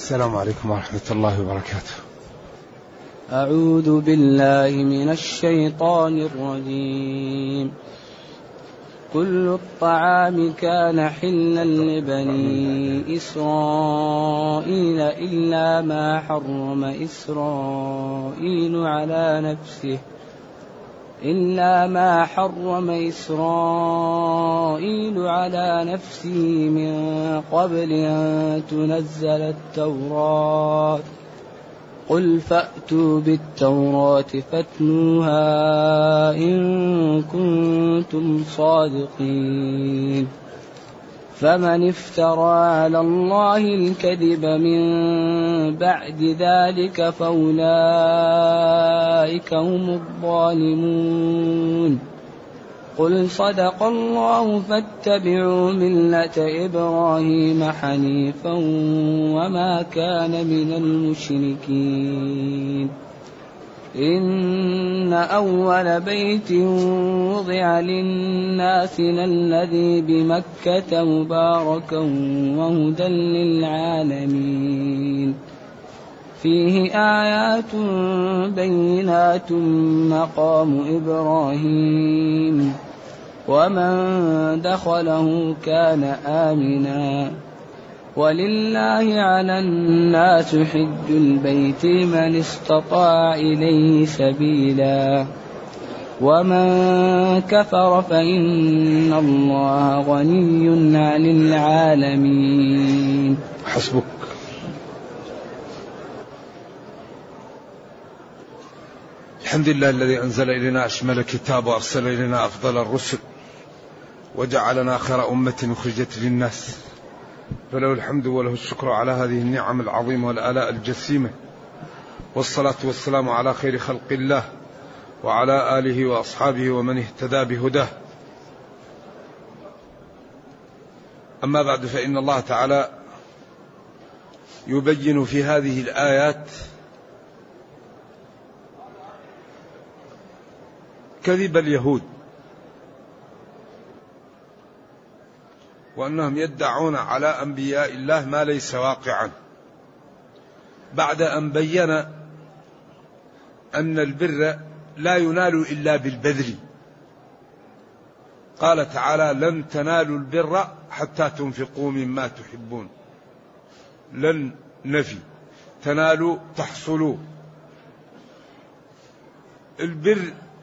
السلام عليكم ورحمة الله وبركاته. أعوذ بالله من الشيطان الرجيم. كل الطعام كان حلا لبني إسرائيل إلا ما حرم إسرائيل على نفسه من قبل أن تنزل التوراة. قل فأتوا بالتوراة فاتلوها إن كنتم صادقين. فمن افترى على الله الكذب من بعد ذلك فأولئك هم الظالمون. قل صدق الله فاتبعوا ملة إبراهيم حنيفا وما كان من المشركين. إن أول بيت وضع للناس الذي بمكة مباركا وهدى للعالمين. فيه آيات بينات مقام إبراهيم ومن دخله كان آمنا. ولله على الناس حج البيت من استطاع إليه سبيلا ومن كفر فإن الله غني عن العالمين. حسبك. الحمد لله الذي أنزل إلينا أشمل كتاب وأرسل إلينا أفضل الرسل وجعلنا خير أمة أخرجت للناس، فله الحمد وله الشكر على هذه النعم العظيمة والآلاء الجسيمة، والصلاة والسلام على خير خلق الله وعلى آله وأصحابه ومن اهتدى بهداه. أما بعد، فإن الله تعالى يبين في هذه الآيات كذب اليهود، وأنهم يدعون على أنبياء الله ما ليس واقعا، بعد أن بين أن البر لا ينال إلا بالبذل. قال تعالى: لن تنالوا البر حتى تنفقوا مما تحبون. لن نفي، تنالوا تحصلوا. البر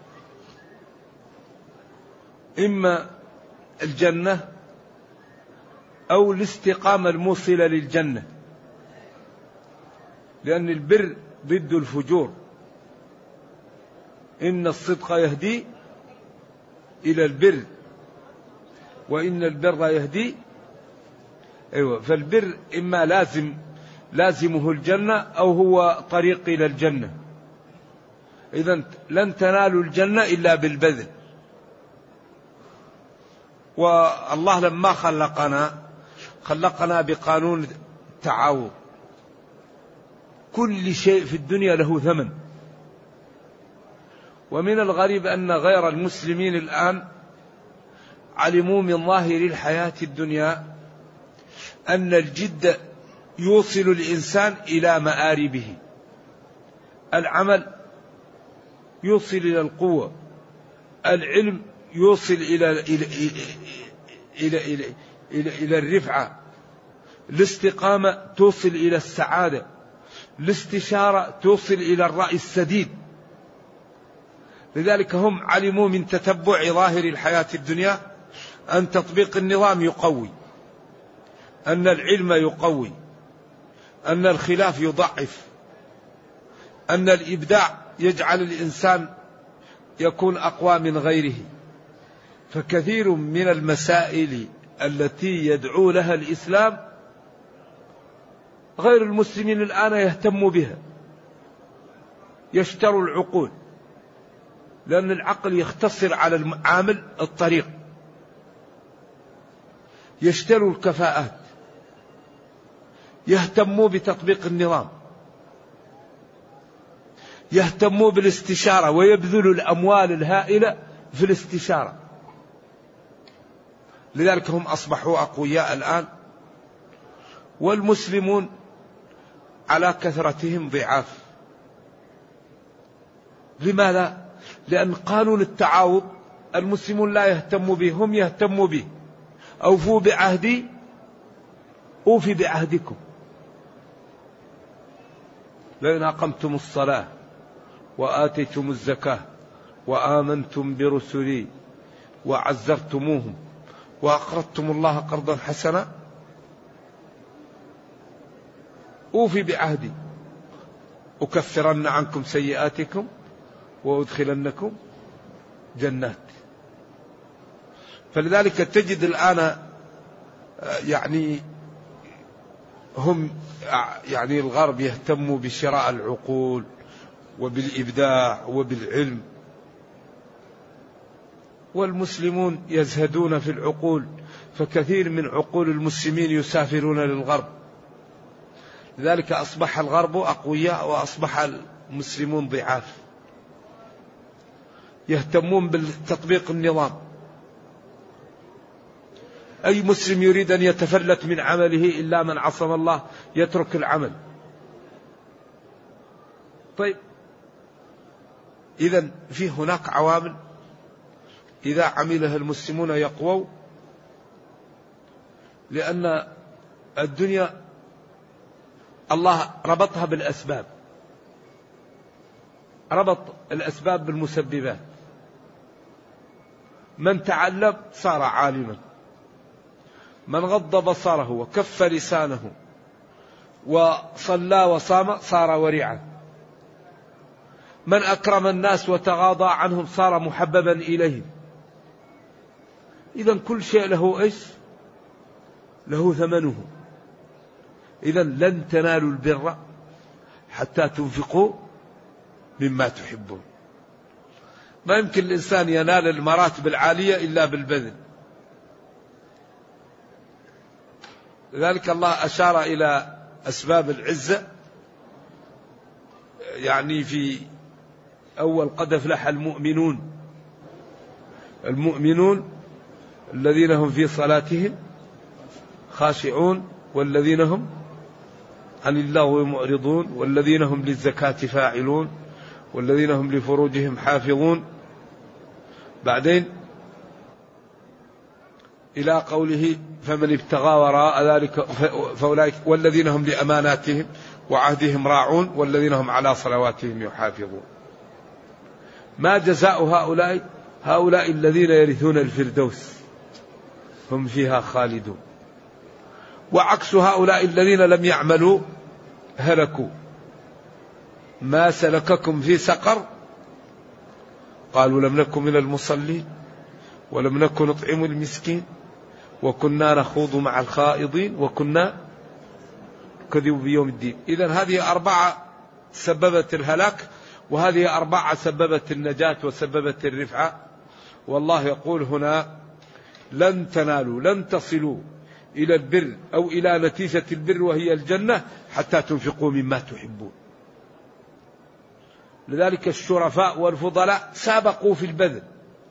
إما الجنة أو الاستقامة الموصلة للجنة، لأن البر ضد الفجور. إن الصدق يهدي إلى البر وإن البر يهدي فالبر إما لازمه الجنة أو هو طريق إلى الجنة. إذن لن تنالوا الجنة إلا بالبذل. والله لما خلقنا بقانون التعاوض. كل شيء في الدنيا له ثمن. ومن الغريب أن غير المسلمين الآن علموا من ظاهر الحياة الدنيا أن الجد يوصل الإنسان إلى مآربه. العمل يوصل إلى القوة، العلم يوصل إلى الرفعة، الاستقامة توصل إلى السعادة، الاستشارة توصل إلى الرأي السديد. لذلك هم علموا من تتبع ظاهر الحياة الدنيا أن تطبيق النظام يقوي، أن العلم يقوي، أن الخلاف يضعف، أن الإبداع يجعل الإنسان يكون أقوى من غيره. فكثير من المسائل التي يدعو لها الإسلام غير المسلمين الآن يهتموا بها، يشتروا العقول، لأن العقل يختصر على العامل الطريق. يشتروا الكفاءات، يهتموا بتطبيق النظام، يهتموا بالاستشارة ويبذلوا الأموال الهائلة في الاستشارة. لذلك هم أصبحوا أقوياء الآن. والمسلمون على كثرتهم ضعاف. لماذا؟ لأن قانون التعاوض المسلمون لا يهتموا به، هم يهتموا به. أوفوا بعهدي أوفي بعهدكم. لئن أقمتم الصلاة وآتيتم الزكاة وآمنتم برسلي وعزرتموهم وأقرضتم الله قرضا حسنا أوفي بعهدي أكفرن عنكم سيئاتكم وأدخلنكم جنات. فلذلك تجد الآن هم الغرب يهتموا بشراء العقول وبالإبداع وبالعلم، والمسلمون يزهدون في العقول، فكثير من عقول المسلمين يسافرون للغرب. لذلك أصبح الغرب أقوياء وأصبح المسلمون ضعاف. يهتمون بالتطبيق النظام. أي مسلم يريد أن يتفلت من عمله إلا من عصم الله يترك العمل. طيب، إذن في هناك عوامل إذا عملها المسلمون يقووا، لأن الدنيا الله ربطها بالأسباب، ربط الأسباب بالمسببات. من تعلم صار عالما، من غض بصره وكف لسانه وصلى وصام صار ورعا، من أكرم الناس وتغاضى عنهم صار محببا إليهم. إذن كل شيء له إيش؟ له ثمنه. إذن لن تنالوا البر حتى تنفقوا مما تحبون. ما يمكن الإنسان ينال المراتب العالية إلا بالبذل. لذلك الله أشار إلى أسباب العزة، في أول قد أفلح المؤمنون الذين هم في صلاتهم خاشعون والذين هم عن اللغو معرضون والذين هم للزكاة فاعلون والذين هم لفروجهم حافظون. بعدين إلى قوله فمن ابتغى وراء ذلك فأولئك والذين هم لأماناتهم وعهدهم راعون والذين هم على صلواتهم يحافظون. ما جزاء هؤلاء الذين يرثون الفردوس هم فيها خالدون. وعكس هؤلاء الذين لم يعملوا هلكوا. ما سلككم في سقر؟ قالوا لم نكن من المصلين ولم نكن نطعم المسكين وكنا نخوض مع الخائضين وكنا نكذب بيوم الدين. إذن هذه 4 سببت الهلاك، وهذه 4 سببت النجاة وسببت الرفعة. والله يقول هنا لن تنالوا، لن تصلوا إلى البر أو إلى نتيجة البر وهي الجنة حتى تنفقوا مما تحبون. لذلك الشرفاء والفضلاء سابقوا في البذل.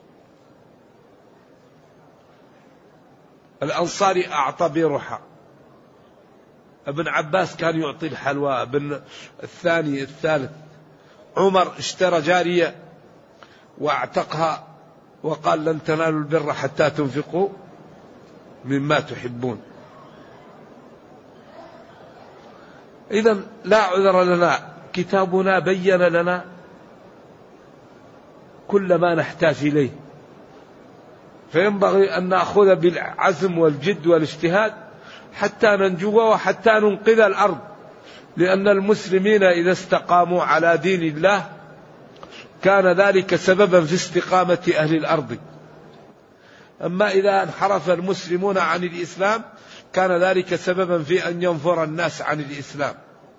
الأنصاري أعطى برحى، ابن عباس كان يعطي الحلوى، ابن الثاني الثالث، عمر اشترى جارية واعتقها وقال لن تنالوا البر حتى تنفقوا مما تحبون. إذن لا عذر لنا، كتابنا بين لنا كل ما نحتاج إليه، فينبغي أن نأخذ بالعزم والجد والاجتهاد حتى ننجو وحتى ننقذ الأرض. لأن المسلمين إذا استقاموا على دين الله كان ذلك سببا في استقامة أهل الأرض. أما إذا انحرف المسلمون عن الإسلام كان ذلك سببا في أن ينفر الناس عن الإسلام.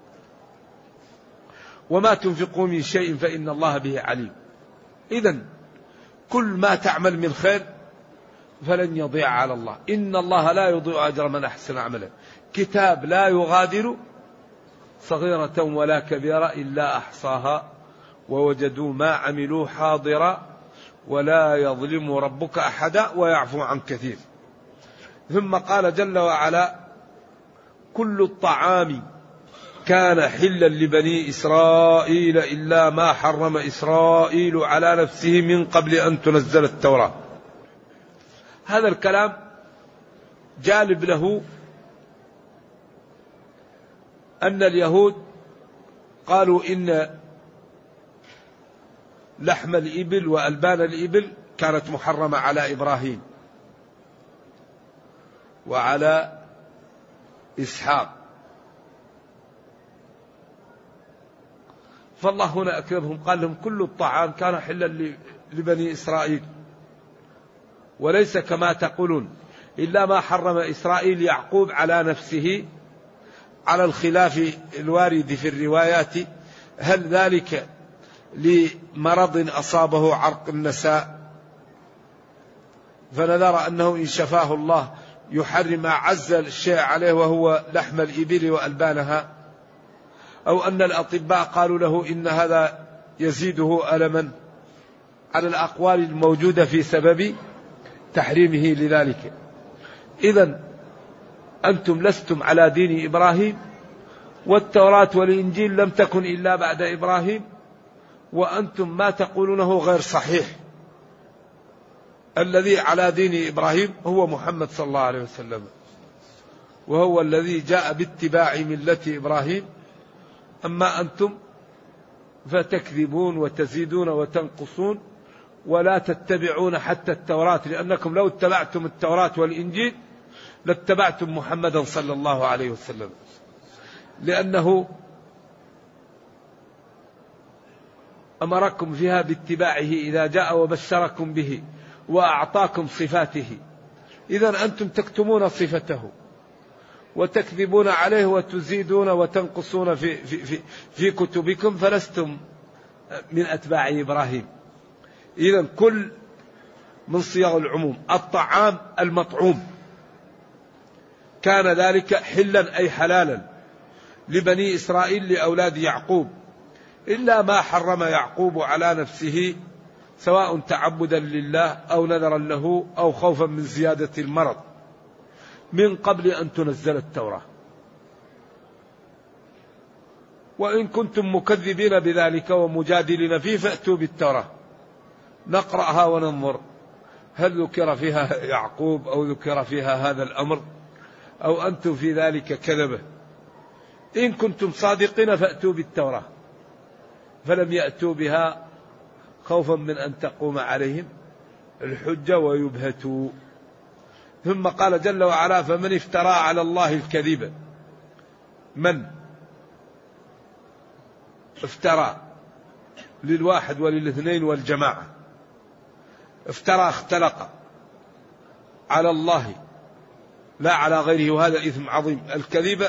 وما تنفقوا من شيء فإن الله به عليم. إذن كل ما تعمل من خير فلن يضيع على الله. إن الله لا يضيع أجر من أحسن عملا. كتاب لا يغادر صغيرة ولا كبيرة إلا أحصاها ووجدوا ما عملوا حاضرا ولا يظلم ربك أحدا ويعفو عن كثير. ثم قال جل وعلا كل الطعام كان حلا لبني إسرائيل إلا ما حرم إسرائيل على نفسه من قبل أن تنزل التوراة. هذا الكلام جالب له أن اليهود قالوا إن لحم الإبل وألبان الإبل كانت محرمة على إبراهيم وعلى إسحاق، فالله هنا أكرمهم قال لهم كل الطعام كان حلا لبني إسرائيل، وليس كما تقولون إلا ما حرم إسرائيل يعقوب على نفسه، على الخلاف الوارد في الروايات. هل ذلك لمرض أصابه عرق النساء فنذر أنه إن شفاه الله يحرم أعز الشيء عليه وهو لحم الإبل وألبانها، أو أن الأطباء قالوا له إن هذا يزيده ألما، على الأقوال الموجودة في سبب تحريمه لذلك. إذن أنتم لستم على دين إبراهيم، والتوراة والإنجيل لم تكن إلا بعد إبراهيم، وأنتم ما تقولونه غير صحيح. الذي على دين إبراهيم هو محمد صلى الله عليه وسلم، وهو الذي جاء باتباع ملة إبراهيم. أما أنتم فتكذبون وتزيدون وتنقصون ولا تتبعون حتى التوراة، لأنكم لو اتبعتم التوراة والإنجيل لاتبعتم محمدا صلى الله عليه وسلم، لأنه أمركم فيها باتباعه إذا جاء وبشركم به وأعطاكم صفاته. إذن أنتم تكتمون صفته وتكذبون عليه وتزيدون وتنقصون في كتبكم، فلستم من أتباع إبراهيم. إذن كل من صيغ العموم. الطعام المطعوم كان ذلك حلا أي حلالا لبني إسرائيل لأولاد يعقوب، إلا ما حرم يعقوب على نفسه، سواء تعبدا لله أو نذرا له أو خوفا من زيادة المرض، من قبل أن تنزل التوراة. وإن كنتم مكذبين بذلك ومجادلين فيه فأتوا بالتوراة نقرأها وننظر هل ذكر فيها يعقوب أو ذكر فيها هذا الأمر، أو أنتم في ذلك كذبة. إن كنتم صادقين فأتوا بالتوراة، فلم يأتوا بها خوفا من أن تقوم عليهم الحجة ويبهتوا. ثم قال جل وعلا فمن افترى على الله الكذب، من افترى للواحد وللاثنين والجماعة، افترى اختلق على الله لا على غيره، وهذا إثم عظيم. الكذب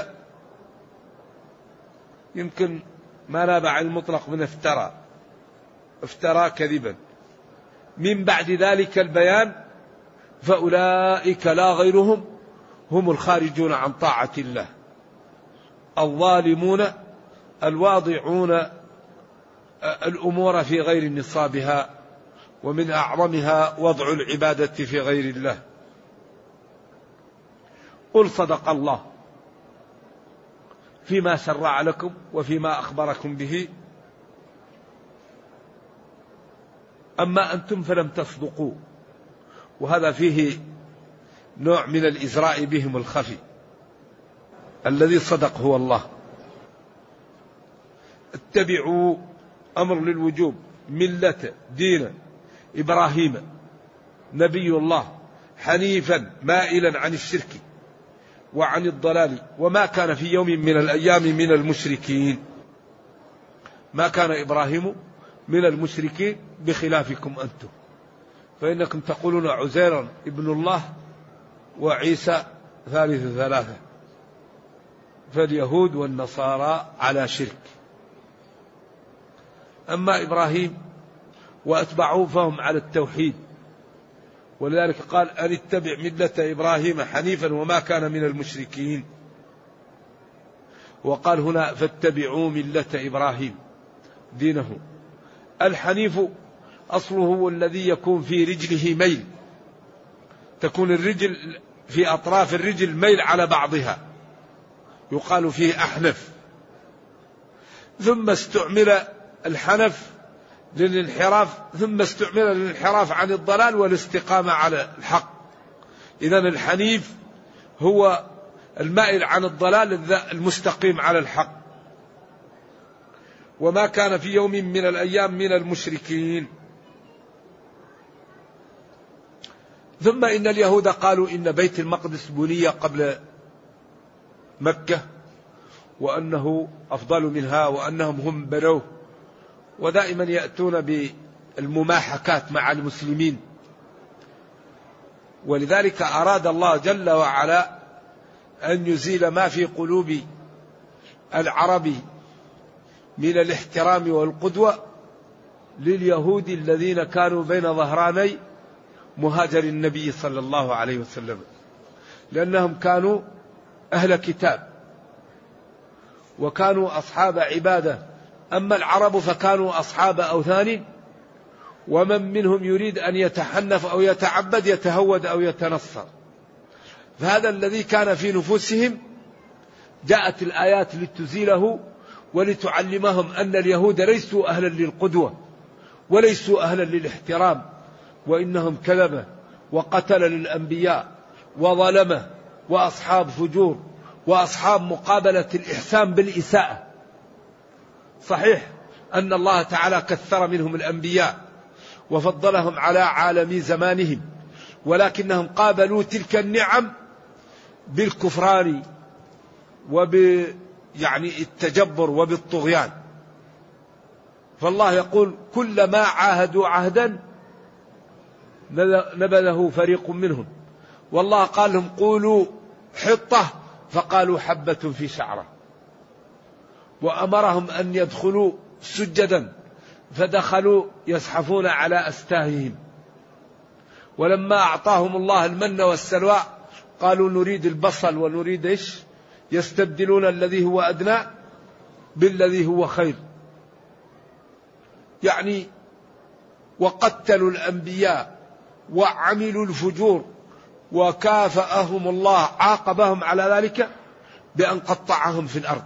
يمكن ما نابع عن المطلق من افترى، افترى كذبا. من بعد ذلك البيان فأولئك لا غيرهم هم الخارجون عن طاعة الله، الظالمون الواضعون الأمور في غير نصابها، ومن أعظمها وضع العبادة في غير الله. قل صدق الله فيما شرع لكم وفيما أخبركم به، أما أنتم فلم تصدقوا. وهذا فيه نوع من الإزراء بهم الخفي. الذي صدق هو الله. اتبعوا أمر للوجوب، ملة دين إبراهيم نبي الله حنيفا مائلا عن الشرك وعن الضلال، وما كان في يوم من الأيام من المشركين. ما كان إبراهيم من المشركين بخلافكم أنتم، فإنكم تقولون عزيرا ابن الله وعيسى ثالث ثلاثة، فاليهود والنصارى على شرك. أما إبراهيم وأتبعوه فهم على التوحيد، ولذلك قال أن اتبع ملة إبراهيم حنيفا وما كان من المشركين. وقال هنا فاتبعوا ملة إبراهيم دينه. الحنيف أصله هو الذي يكون في رجله ميل، تكون الرجل في أطراف الرجل ميل على بعضها، يقال فيه أحنف. ثم استعمل الحنف للانحراف، ثم استعمل للانحراف عن الضلال والاستقامة على الحق. إذن الحنيف هو المائل عن الضلال المستقيم على الحق. وما كان في يوم من الأيام من المشركين. ثم إن اليهود قالوا إن بيت المقدس بني قبل مكة وأنه أفضل منها وأنهم هم بنوه، ودائما يأتون بالمماحكات مع المسلمين. ولذلك أراد الله جل وعلا أن يزيل ما في قلوب العرب من الاحترام والقدوة لليهود الذين كانوا بين ظهراني مهاجر النبي صلى الله عليه وسلم، لأنهم كانوا أهل كتاب وكانوا أصحاب عبادة. أما العرب فكانوا أصحاب أوثان، ومن منهم يريد أن يتحنف أو يتعبد يتهود أو يتنصر. فهذا الذي كان في نفوسهم جاءت الآيات لتزيله ولتعلمهم أن اليهود ليسوا أهلا للقدوة وليسوا أهلا للاحترام، وإنهم كذبة وقتل للأنبياء وظلمة وأصحاب فجور وأصحاب مقابلة الإحسان بالإساءة. صحيح أن الله تعالى كثر منهم الأنبياء وفضلهم على عالم زمانهم، ولكنهم قابلوا تلك النعم بالكفران التجبر وبالطغيان. فالله يقول كلما عاهدوا عهدا نبذه فريق منهم، والله قال لهم قولوا حطة فقالوا حبة في شعرة، وأمرهم أن يدخلوا سجدا فدخلوا يزحفون على أستاههم. ولما أعطاهم الله المن والسلوى قالوا نريد البصل ونريد إيش؟ يستبدلون الذي هو أدنى بالذي هو خير. وقتلوا الأنبياء وعملوا الفجور، وكافأهم الله عاقبهم على ذلك بأن قطعهم في الأرض،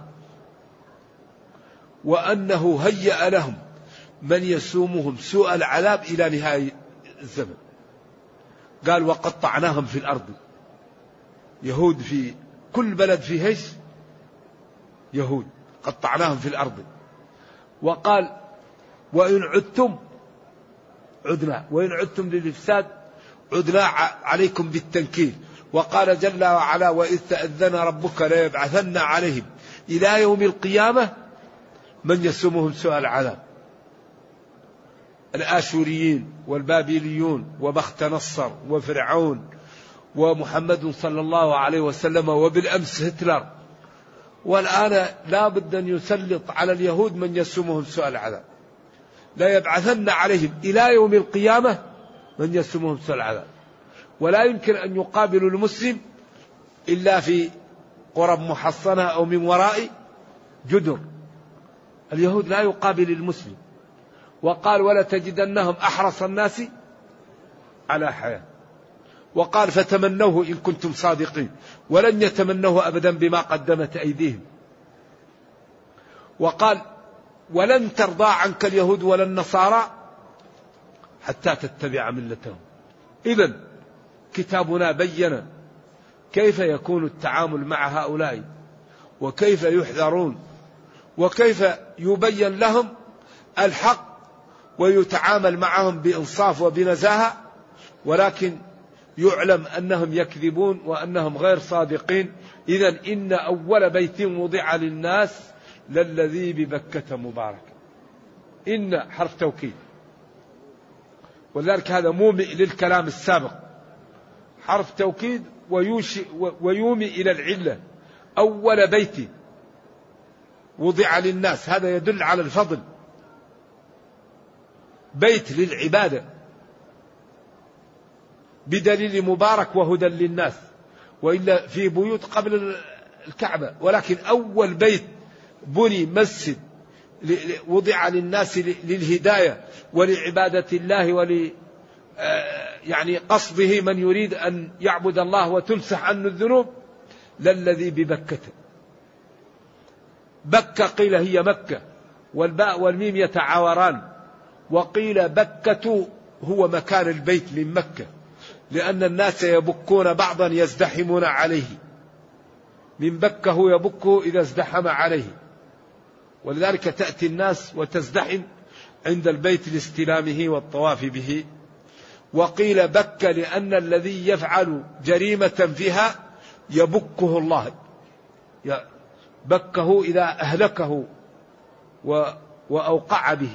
وأنه هيأ لهم من يسومهم سوء العذاب إلى نهاية الزمن. قال وقطعناهم في الأرض. يهود في كل بلد فيه ايش؟ يهود، قطعناهم في الأرض. وقال وإن عدتم عدنا، وإن عدتم للإفساد عدنا عليكم بالتنكيل. وقال جل وعلا وإذ تأذن ربك ليبعثن عليهم إلى يوم القيامة من يسومهم سوء العذاب. الآشوريين والبابليون وبخت نصر وفرعون ومحمد صلى الله عليه وسلم وبالأمس هتلر، والآن لا بد أن يسلط على اليهود من يسومهم سوء العذاب. لا يبعثن عليهم إلى يوم القيامة من يسومهم سوء العذاب. ولا يمكن أن يقابلوا المسلم إلا في قرب محصنة أو من وراء جدر. اليهود لا يقابل المسلم. وقال ولا تجدنهم أحرص الناس على حياة. وقال فتمنوه إن كنتم صادقين ولن يتمنوه أبدا بما قدمت أيديهم. وقال ولن ترضى عنك اليهود ولا النصارى حتى تتبع ملتهم. إذن كتابنا بين كيف يكون التعامل مع هؤلاء، وكيف يحذرون، وكيف يبين لهم الحق ويتعامل معهم بإنصاف وبنزاهة، ولكن يعلم أنهم يكذبون وأنهم غير صادقين. إذن إن أول بيت وضع للناس للذي ببكة مبارك. إن حرف توكيد، ولذلك هذا مومئ للكلام السابق، حرف توكيد ويومي إلى العلة. أول بيت وضع للناس هذا يدل على الفضل، بيت للعبادة بدليل مبارك وهدى للناس، وإلا في بيوت قبل الكعبة، ولكن أول بيت بني مسجد وضع للناس للهداية ولعبادة الله قصده من يريد أن يعبد الله وتمسح عنه الذنوب للذي ببكة. بكة قيل هي مكة، والباء والميم يتعاوران. وقيل بكة هو مكان البيت من مكة، لأن الناس يبكون بعضا يزدحمون عليه، من بكه يبكه إذا ازدحم عليه، ولذلك تأتي الناس وتزدحم عند البيت لاستلامه والطواف به. وقيل بك لأن الذي يفعل جريمة فيها يبكه الله، بكه إذا أهلكه وأوقع به،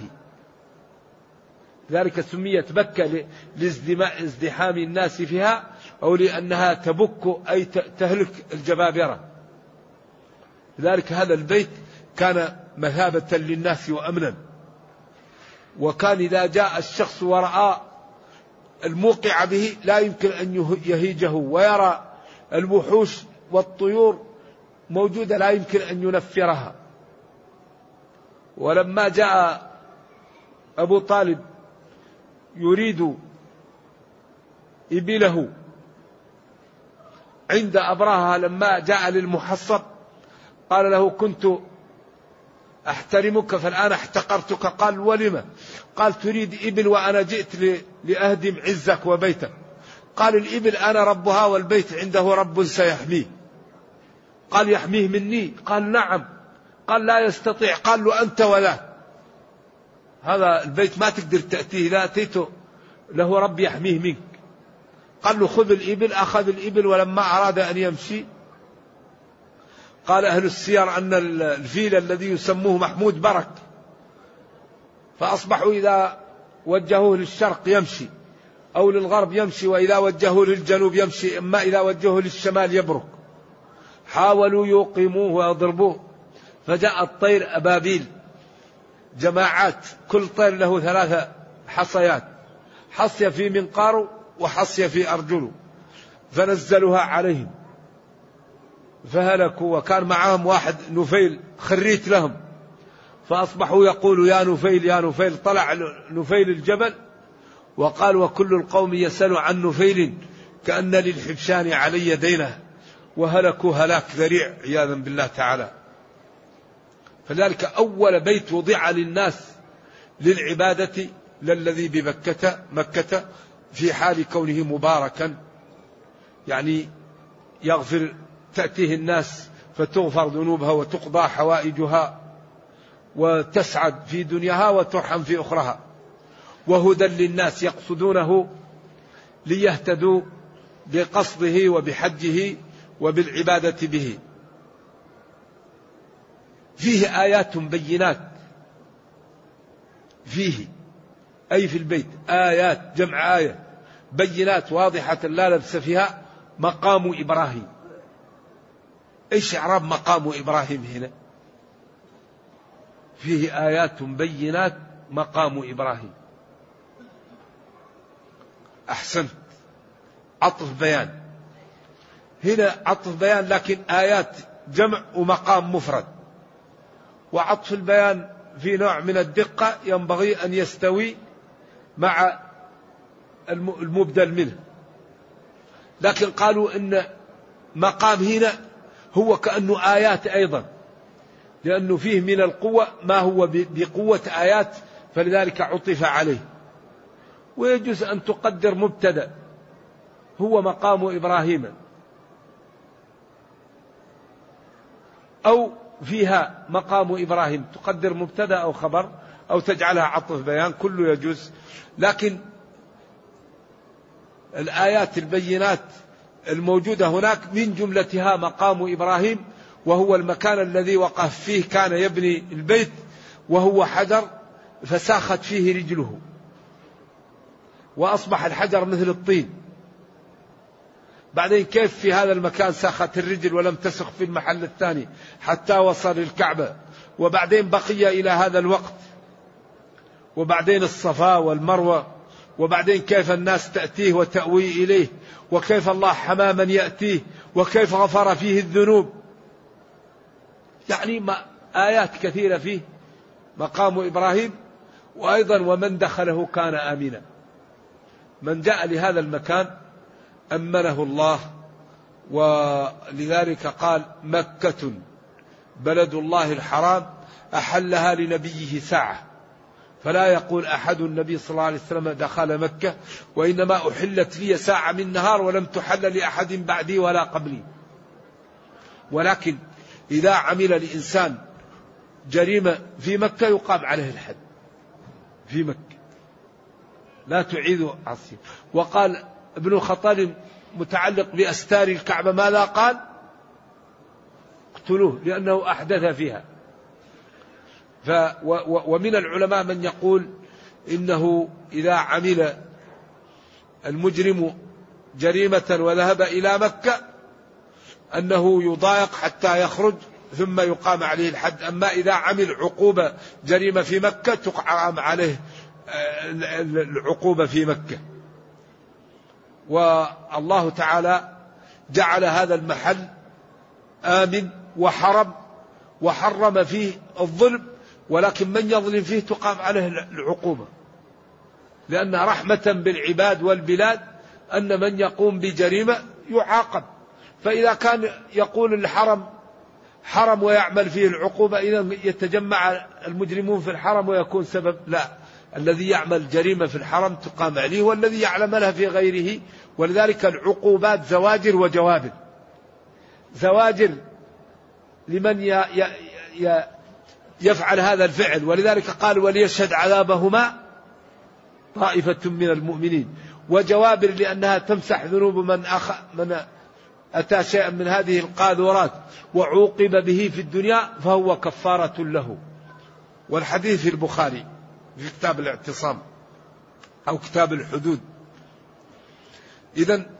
ذلك سميت بكة لازدحام الناس فيها، أو لأنها تبك أي تهلك الجبابرة. لذلك هذا البيت كان مثابة للناس وأمنا، وكان إذا جاء الشخص ورأى الموقع به لا يمكن أن يهيجه، ويرى الوحوش والطيور موجودة لا يمكن أن ينفرها. ولما جاء أبو طالب يريد إبله عند أبراهة، لما جاء للمحصب قال له كنت أحترمك فالآن احتقرتك. قال ولم؟ قال تريد إبل وأنا جئت لأهدم عزك وبيتك. قال الإبل أنا ربها والبيت عنده رب سيحميه. قال يحميه مني؟ قال نعم. قال لا يستطيع. قال له أنت ولا هذا البيت ما تقدر تأتيه، لا أتيته له رب يحميه منك. قال له خذ الإبل. أخذ الإبل، ولما أراد أن يمشي قال أهل السير أن الفيل الذي يسموه محمود برك، فأصبحوا إذا وجهوه للشرق يمشي أو للغرب يمشي، وإذا وجهوه للجنوب يمشي، أما إذا وجهوه للشمال يبرك. حاولوا يوقموه ويضربوه، فجاء الطير أبابيل جماعات، كل طير له 3 حصيات، حصية في منقاره وحصية في أرجله، فنزلوها عليهم فهلكوا. وكان معهم واحد نفيل خريت لهم، فأصبحوا يقولوا يا نفيل يا نفيل. طلع نفيل الجبل وقال وكل القوم يسأل عن نفيل كأن للحبشان علي دينه، وهلكوا هلاك ذريع عياذا بالله تعالى. فذلك أول بيت وضع للناس للعبادة للذي بمكة، مكة في حال كونه مباركا، يعني يغفر، تأتيه الناس فتغفر ذنوبها وتقضى حوائجها وتسعد في دنياها وترحم في أخرها، وهدى للناس يقصدونه ليهتدوا بقصده وبحجه وبالعبادة به. فيه آيات بينات، فيه أي في البيت آيات جمع آية، بينات واضحة لا لبس فيها، مقام إبراهيم. إيش إعراب مقام إبراهيم هنا؟ فيه آيات بينات مقام إبراهيم. أحسنت، عطف بيان، هنا عطف بيان لكن آيات جمع ومقام مفرد، وعطف البيان في نوع من الدقة ينبغي أن يستوي مع المبدل منه. لكن قالوا إن مقام هنا هو كأنه آيات أيضا، لأنه فيه من القوة ما هو بقوة آيات، فلذلك عطف عليه. ويجوز أن تقدر مبتدأ هو مقام إبراهيم، أو فيها مقام إبراهيم تقدر مبتدأ أو خبر، أو تجعلها عطف بيان، كله يجوز. لكن الآيات البينات الموجودة هناك من جملتها مقام إبراهيم، وهو المكان الذي وقف فيه كان يبني البيت، وهو حجر فساخت فيه رجله وأصبح الحجر مثل الطين. بعدين كيف في هذا المكان ساخت الرجل ولم تسخ في المحل الثاني حتى وصل الكعبة، وبعدين بقي إلى هذا الوقت، وبعدين الصفا والمروة، وبعدين كيف الناس تأتيه وتأوي إليه، وكيف الله حمى من يأتيه، وكيف غفر فيه الذنوب. يعني آيات كثيرة فيه مقام إبراهيم. وأيضا ومن دخله كان آمنا، من جاء لهذا المكان أمنه الله. ولذلك قال مكة بلد الله الحرام أحلها لنبيه ساعة، فلا يقول أحد النبي صلى الله عليه وسلم دخل مكة، وإنما أحلت لي ساعة من نهار ولم تحل لأحد بعدي ولا قبلي. ولكن إذا عمل الإنسان جريمة في مكة يقام عليه الحد في مكة، لا تعيد عصيه. وقال ابن الخطاب متعلق بأستار الكعبة ماذا قال؟ اقتلوه لأنه أحدث فيها. ومن العلماء من يقول إنه إذا عمل المجرم جريمة وذهب إلى مكة أنه يضايق حتى يخرج ثم يقام عليه الحد. أما إذا عمل عقوبة جريمة في مكة تقام عليه العقوبة في مكة. والله تعالى جعل هذا المحل آمن وحرم فيه الظلم، ولكن من يظلم فيه تقام عليه العقوبة، لأن رحمة بالعباد والبلاد أن من يقوم بجريمة يعاقب. فإذا كان يقول الحرم حرم ويعمل فيه العقوبة إذا يتجمع المجرمون في الحرم ويكون سبب، لا، الذي يعمل جريمة في الحرم تقام عليه والذي يعملها في غيره. ولذلك العقوبات زواجر وجوابر. زواجر لمن يفعل هذا الفعل، ولذلك قال وليشهد عذابهما طائفة من المؤمنين. وجوابر لأنها تمسح ذنوب من أتى شيئا من هذه القاذورات وعوقب به في الدنيا فهو كفارة له. والحديث في البخاري في كتاب الاعتصام أو كتاب الحدود. إذن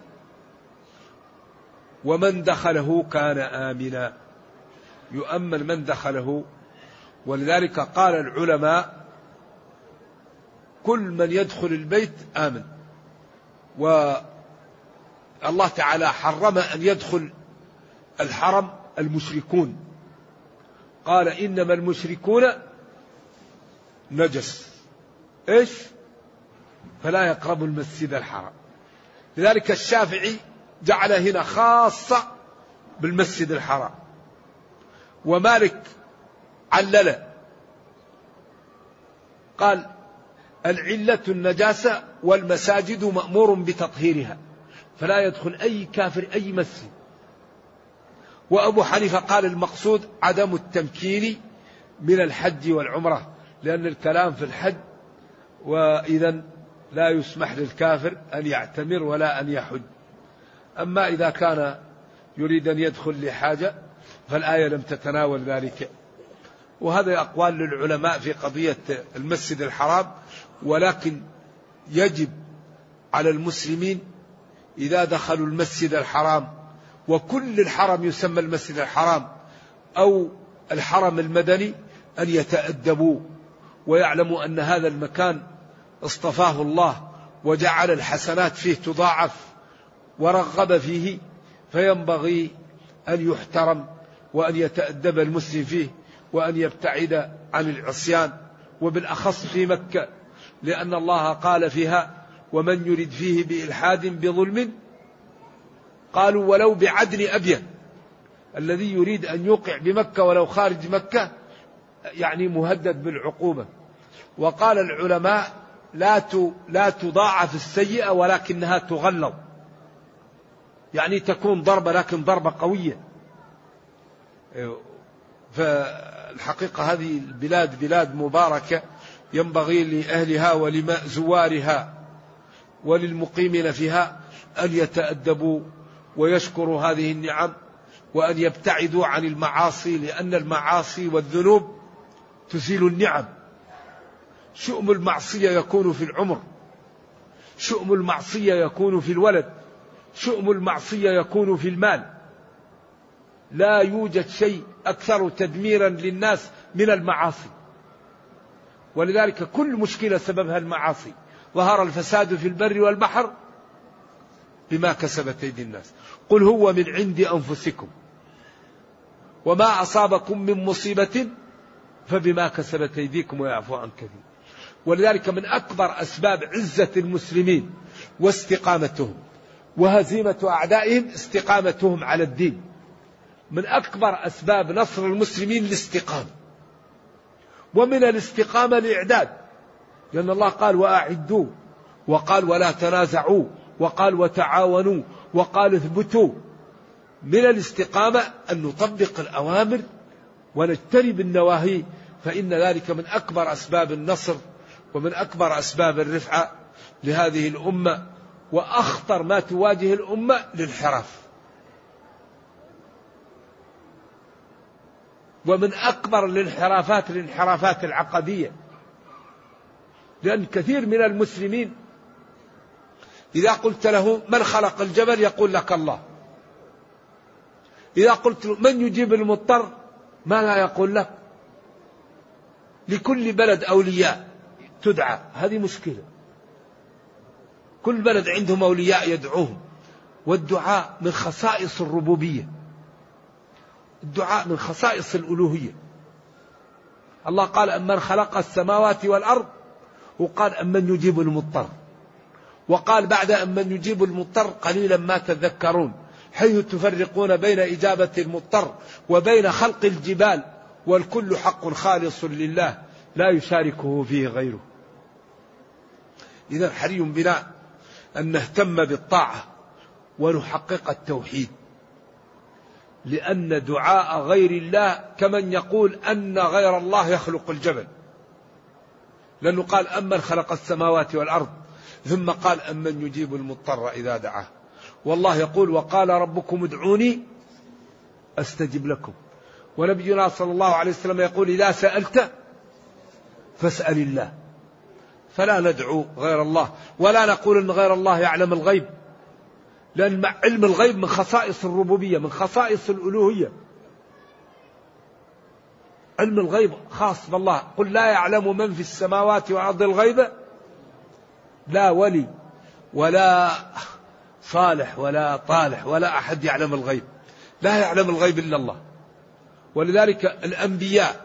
ومن دخله كان آمنا، يؤمن من دخله. ولذلك قال العلماء كل من يدخل البيت آمن. والله تعالى حرم أن يدخل الحرم المشركون، قال إنما المشركون نجس إيش فلا يقربوا المسجد الحرام. لذلك الشافعي جعل هنا خاصة بالمسجد الحرام، ومالك علل قال العلة النجاسة والمساجد مأمور بتطهيرها فلا يدخل أي كافر أي مسجد. وأبو حنيفة قال المقصود عدم التمكين من الحج والعمرة، لأن الكلام في الحج وإذا لا يسمح للكافر أن يعتمر ولا أن يحج. أما إذا كان يريد أن يدخل لحاجة فالآية لم تتناول ذلك. وهذا أقوال للعلماء في قضية المسجد الحرام. ولكن يجب على المسلمين إذا دخلوا المسجد الحرام، وكل الحرم يسمى المسجد الحرام أو الحرم المدني، أن يتأدبوا ويعلموا أن هذا المكان اصطفاه الله وجعل الحسنات فيه تضاعف ورغب فيه، فينبغي أن يحترم وأن يتأدب المسلم فيه وأن يبتعد عن العصيان، وبالأخص في مكة، لأن الله قال فيها ومن يرد فيه بإلحاد بظلم قالوا ولو بعدن أبين. الذي يريد أن يوقع بمكة ولو خارج مكة يعني مهدد بالعقوبة. وقال العلماء لا تضاعف السيئة ولكنها تغلظ، يعني تكون ضربة لكن ضربة قوية. فالحقيقة هذه البلاد بلاد مباركة، ينبغي لأهلها ولزوارها وللمقيمين فيها أن يتأدبوا ويشكروا هذه النعم وأن يبتعدوا عن المعاصي، لأن المعاصي والذنوب تزيل النعم. شؤم المعصية يكون في العمر، شؤم المعصية يكون في الولد، شؤم المعصية يكون في المال. لا يوجد شيء أكثر تدميرا للناس من المعاصي، ولذلك كل مشكلة سببها المعاصي. ظهر الفساد في البر والبحر بما كسبت أيدي الناس، قل هو من عند أنفسكم وما أصابكم من مصيبة فبما كسبت أيديكم ويعفو عن كثير. ولذلك من أكبر أسباب عزة المسلمين واستقامتهم وهزيمة أعدائهم استقامتهم على الدين. من أكبر أسباب نصر المسلمين الاستقامة. ومن الاستقامة الإعداد، لأن الله قال وأعدوا، وقال ولا تنازعوا، وقال وتعاونوا، وقال اثبتوا. من الاستقامة أن نطبق الأوامر ونجتنب النواهي، فإن ذلك من أكبر أسباب النصر ومن أكبر أسباب الرفعة لهذه الأمة. وأخطر ما تواجه الأمة الانحراف، ومن أكبر الانحرافات العقدية، لأن كثير من المسلمين إذا قلت له من خلق الجبل يقول لك الله، إذا قلت له من يجيب المضطر ما لا يقول لك. لكل بلد أولياء تدعى، هذه مشكلة. كل بلد عندهم أولياء يدعوهم، والدعاء من خصائص الربوبية، الدعاء من خصائص الألوهية. الله قال أمن خلق السماوات والأرض، وقال أمن يجيب المضطر، وقال بعد أمن يجيب المضطر قليلا ما تذكرون، حيث تفرقون بين إجابة المضطر وبين خلق الجبال، والكل حق خالص لله لا يشاركه فيه غيره. إذا حري بنا أن نهتم بالطاعة ونحقق التوحيد، لأن دعاء غير الله كمن يقول أن غير الله يخلق الجبل، لأنه قال أمن خلق السماوات والأرض، ثم قال أمن يجيب المضطر إذا دعاه. والله يقول وقال ربكم ادعوني أستجب لكم. ونبينا صلى الله عليه وسلم يقول إذا سألت فاسأل الله. فلا ندعو غير الله، ولا نقول أن غير الله يعلم الغيب، لأن علم الغيب من خصائص الربوبية، من خصائص الألوهية. علم الغيب خاص بالله. قل لا يعلم من في السماوات والأرض الغيب، لا ولي ولا صالح ولا طالح ولا أحد يعلم الغيب، لا يعلم الغيب إلا الله. ولذلك الأنبياء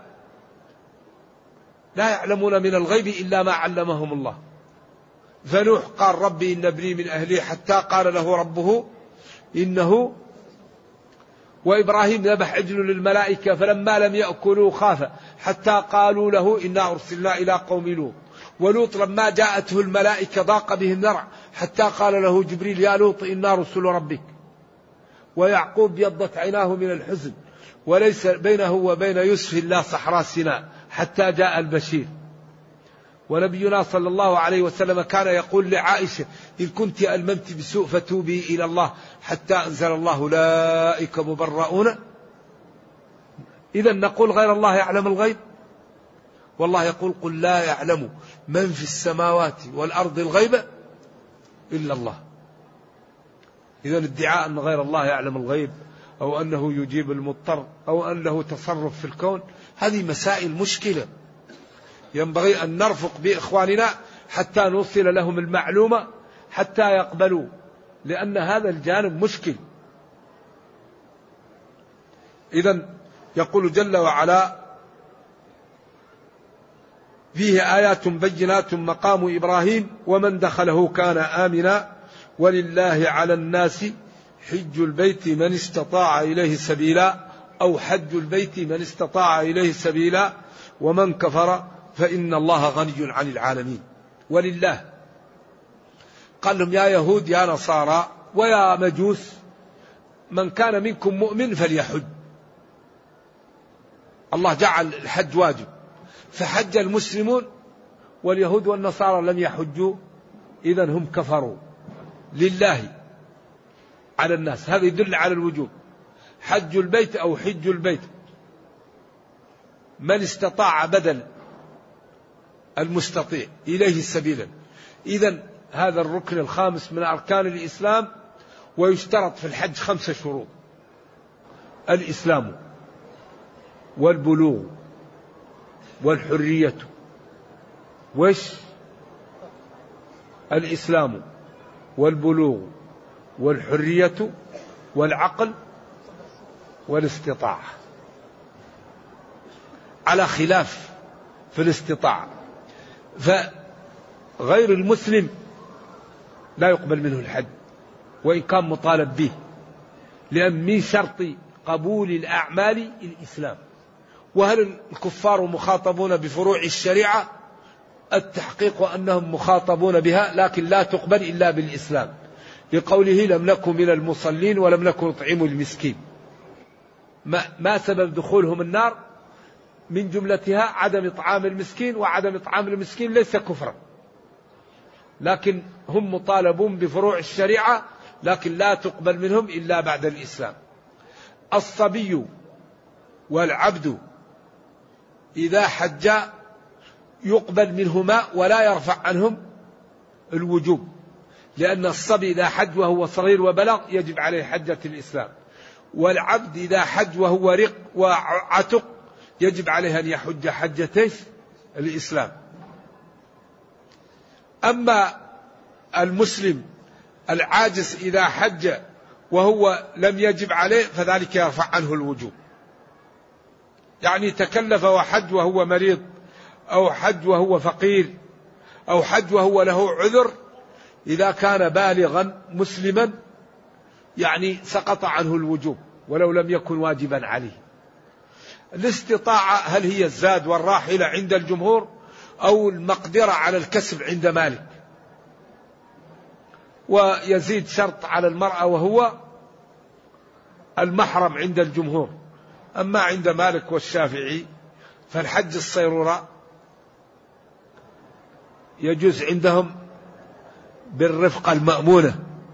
لا يعلمون من الغيب إلا ما علمهم الله. فنوح قال ربي إن ابني من أهلي، حتى قال له ربه إنه. وإبراهيم ذبح عجل للملائكة فلما لم يأكلوا خاف، حتى قالوا له إنا أرسلنا إلى قوم لوط. ولوط لما جاءته الملائكة ضاق به الذرع، حتى قال له جبريل يا لوط إنا رسل ربك. ويعقوب بيضت عيناه من الحزن، وليس بينه وبين يوسف إلا صحراء سيناء، حتى جاء البشير. ونبينا صلى الله عليه وسلم كان يقول لعائشة إن كنت ألممت بسوء فتوبي إلى الله، حتى أنزل الله أولئك مبرؤون. إذا نقول غير الله يعلم الغيب، والله يقول قل لا يعلم من في السماوات والأرض الغيب إلا الله. إذا ادعاء أن غير الله يعلم الغيب، أو أنه يجيب المضطر، أو أنه تصرف في الكون، هذه مسائل مشكلة ينبغي أن نرفق بإخواننا حتى نوصل لهم المعلومة حتى يقبلوا، لأن هذا الجانب مشكل. إذن يقول جل وعلا فيه آيات بينات مقام إبراهيم ومن دخله كان آمنا ولله على الناس حج البيت من استطاع إليه سبيلا، أو حج البيت من استطاع إليه سبيلا، ومن كفر فإن الله غني عن العالمين. ولله قال لهم يا يهود يا نصارى ويا مجوس من كان منكم مؤمن فليحج. الله جعل الحج واجب، فحج المسلمون، واليهود والنصارى لم يحجوا، إذن هم كفروا. لله على الناس، هذا يدل على الوجوب. حج البيت أو حج البيت، من استطاع بدل المستطيع إليه سبيلا. إذن هذا الركن الخامس من أركان الإسلام. ويشترط في الحج 5 شروط: الإسلام والبلوغ والحرية. وش؟ الإسلام والبلوغ والحرية والعقل والاستطاعة، على خلاف في الاستطاعة. فغير المسلم لا يقبل منه الحج وإن كان مطالب به، لأن من شرط قبول الأعمال الإسلام، وهل الكفار مخاطبون بفروع الشريعة؟ التحقيق أنهم مخاطبون بها، لكن لا تقبل إلا بالإسلام، لقوله لم نكن من المصلين ولم نكن نطعم المسكين. ما سبب دخولهم النار؟ من جملتها عدم إطعام المسكين، وعدم إطعام المسكين ليس كفرا، لكن هم مطالبون بفروع الشريعة، لكن لا تقبل منهم إلا بعد الإسلام. الصبي والعبد إذا حجا يقبل منهما ولا يرفع عنهم الوجوب، لأن الصبي إذا حج وهو صغير وبلغ يجب عليه حجة الإسلام، والعبد إذا حج وهو رق وعتق يجب عليه أن يحج حجتي الإسلام. أما المسلم العاجز إذا حج وهو لم يجب عليه فذلك يرفع عنه الوجوب، يعني تكلف وحج وهو مريض، أو حج وهو فقير، أو حج وهو له عذر، إذا كان بالغا مسلما يعني سقط عنه الوجوب ولو لم يكن واجبا عليه. الاستطاعة هل هي الزاد والراحلة عند الجمهور أو المقدرة على الكسب عند مالك؟ ويزيد شرط على المرأة وهو المحرم عند الجمهور. أما عند مالك والشافعي فالحج الصيرورة يجوز عندهم بالرفقة المأمونة،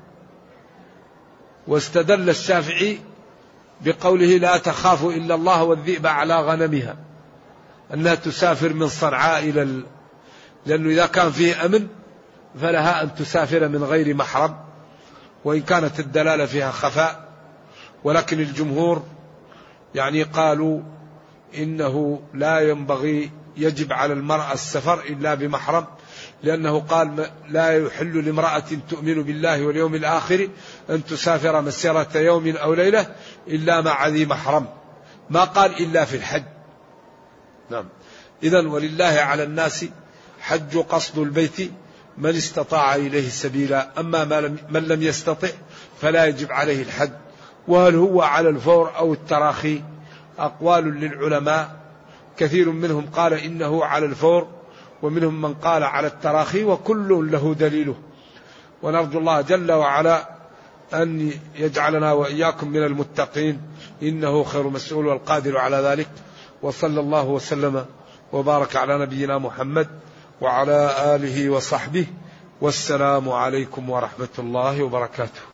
واستدل الشافعي بقوله لا تخاف إلا الله والذئب على غنمها، أنها تسافر من صنعاء لأنه إذا كان فيه أمن فلها أن تسافر من غير محرم، وإن كانت الدلالة فيها خفاء. ولكن الجمهور يعني قالوا إنه لا ينبغي، يجب على المرأة السفر إلا بمحرم، لأنه قال لا يحل لامرأة تؤمن بالله واليوم الآخر أن تسافر مسيرة يوم أو ليلة إلا مع ذي محرم، ما قال إلا في الحج. نعم. إذن ولله على الناس حج قصد البيت من استطاع إليه سبيلا، أما من لم يستطع فلا يجب عليه الحج. وهل هو على الفور أو التراخي؟ أقوال للعلماء، كثير منهم قال إنه على الفور، ومنهم من قال على التراخي، وكل له دليله. ونرجو الله جل وعلا أن يجعلنا وإياكم من المتقين، إنه خير مسؤول والقادر على ذلك. وصلى الله وسلم وبارك على نبينا محمد وعلى آله وصحبه، والسلام عليكم ورحمة الله وبركاته.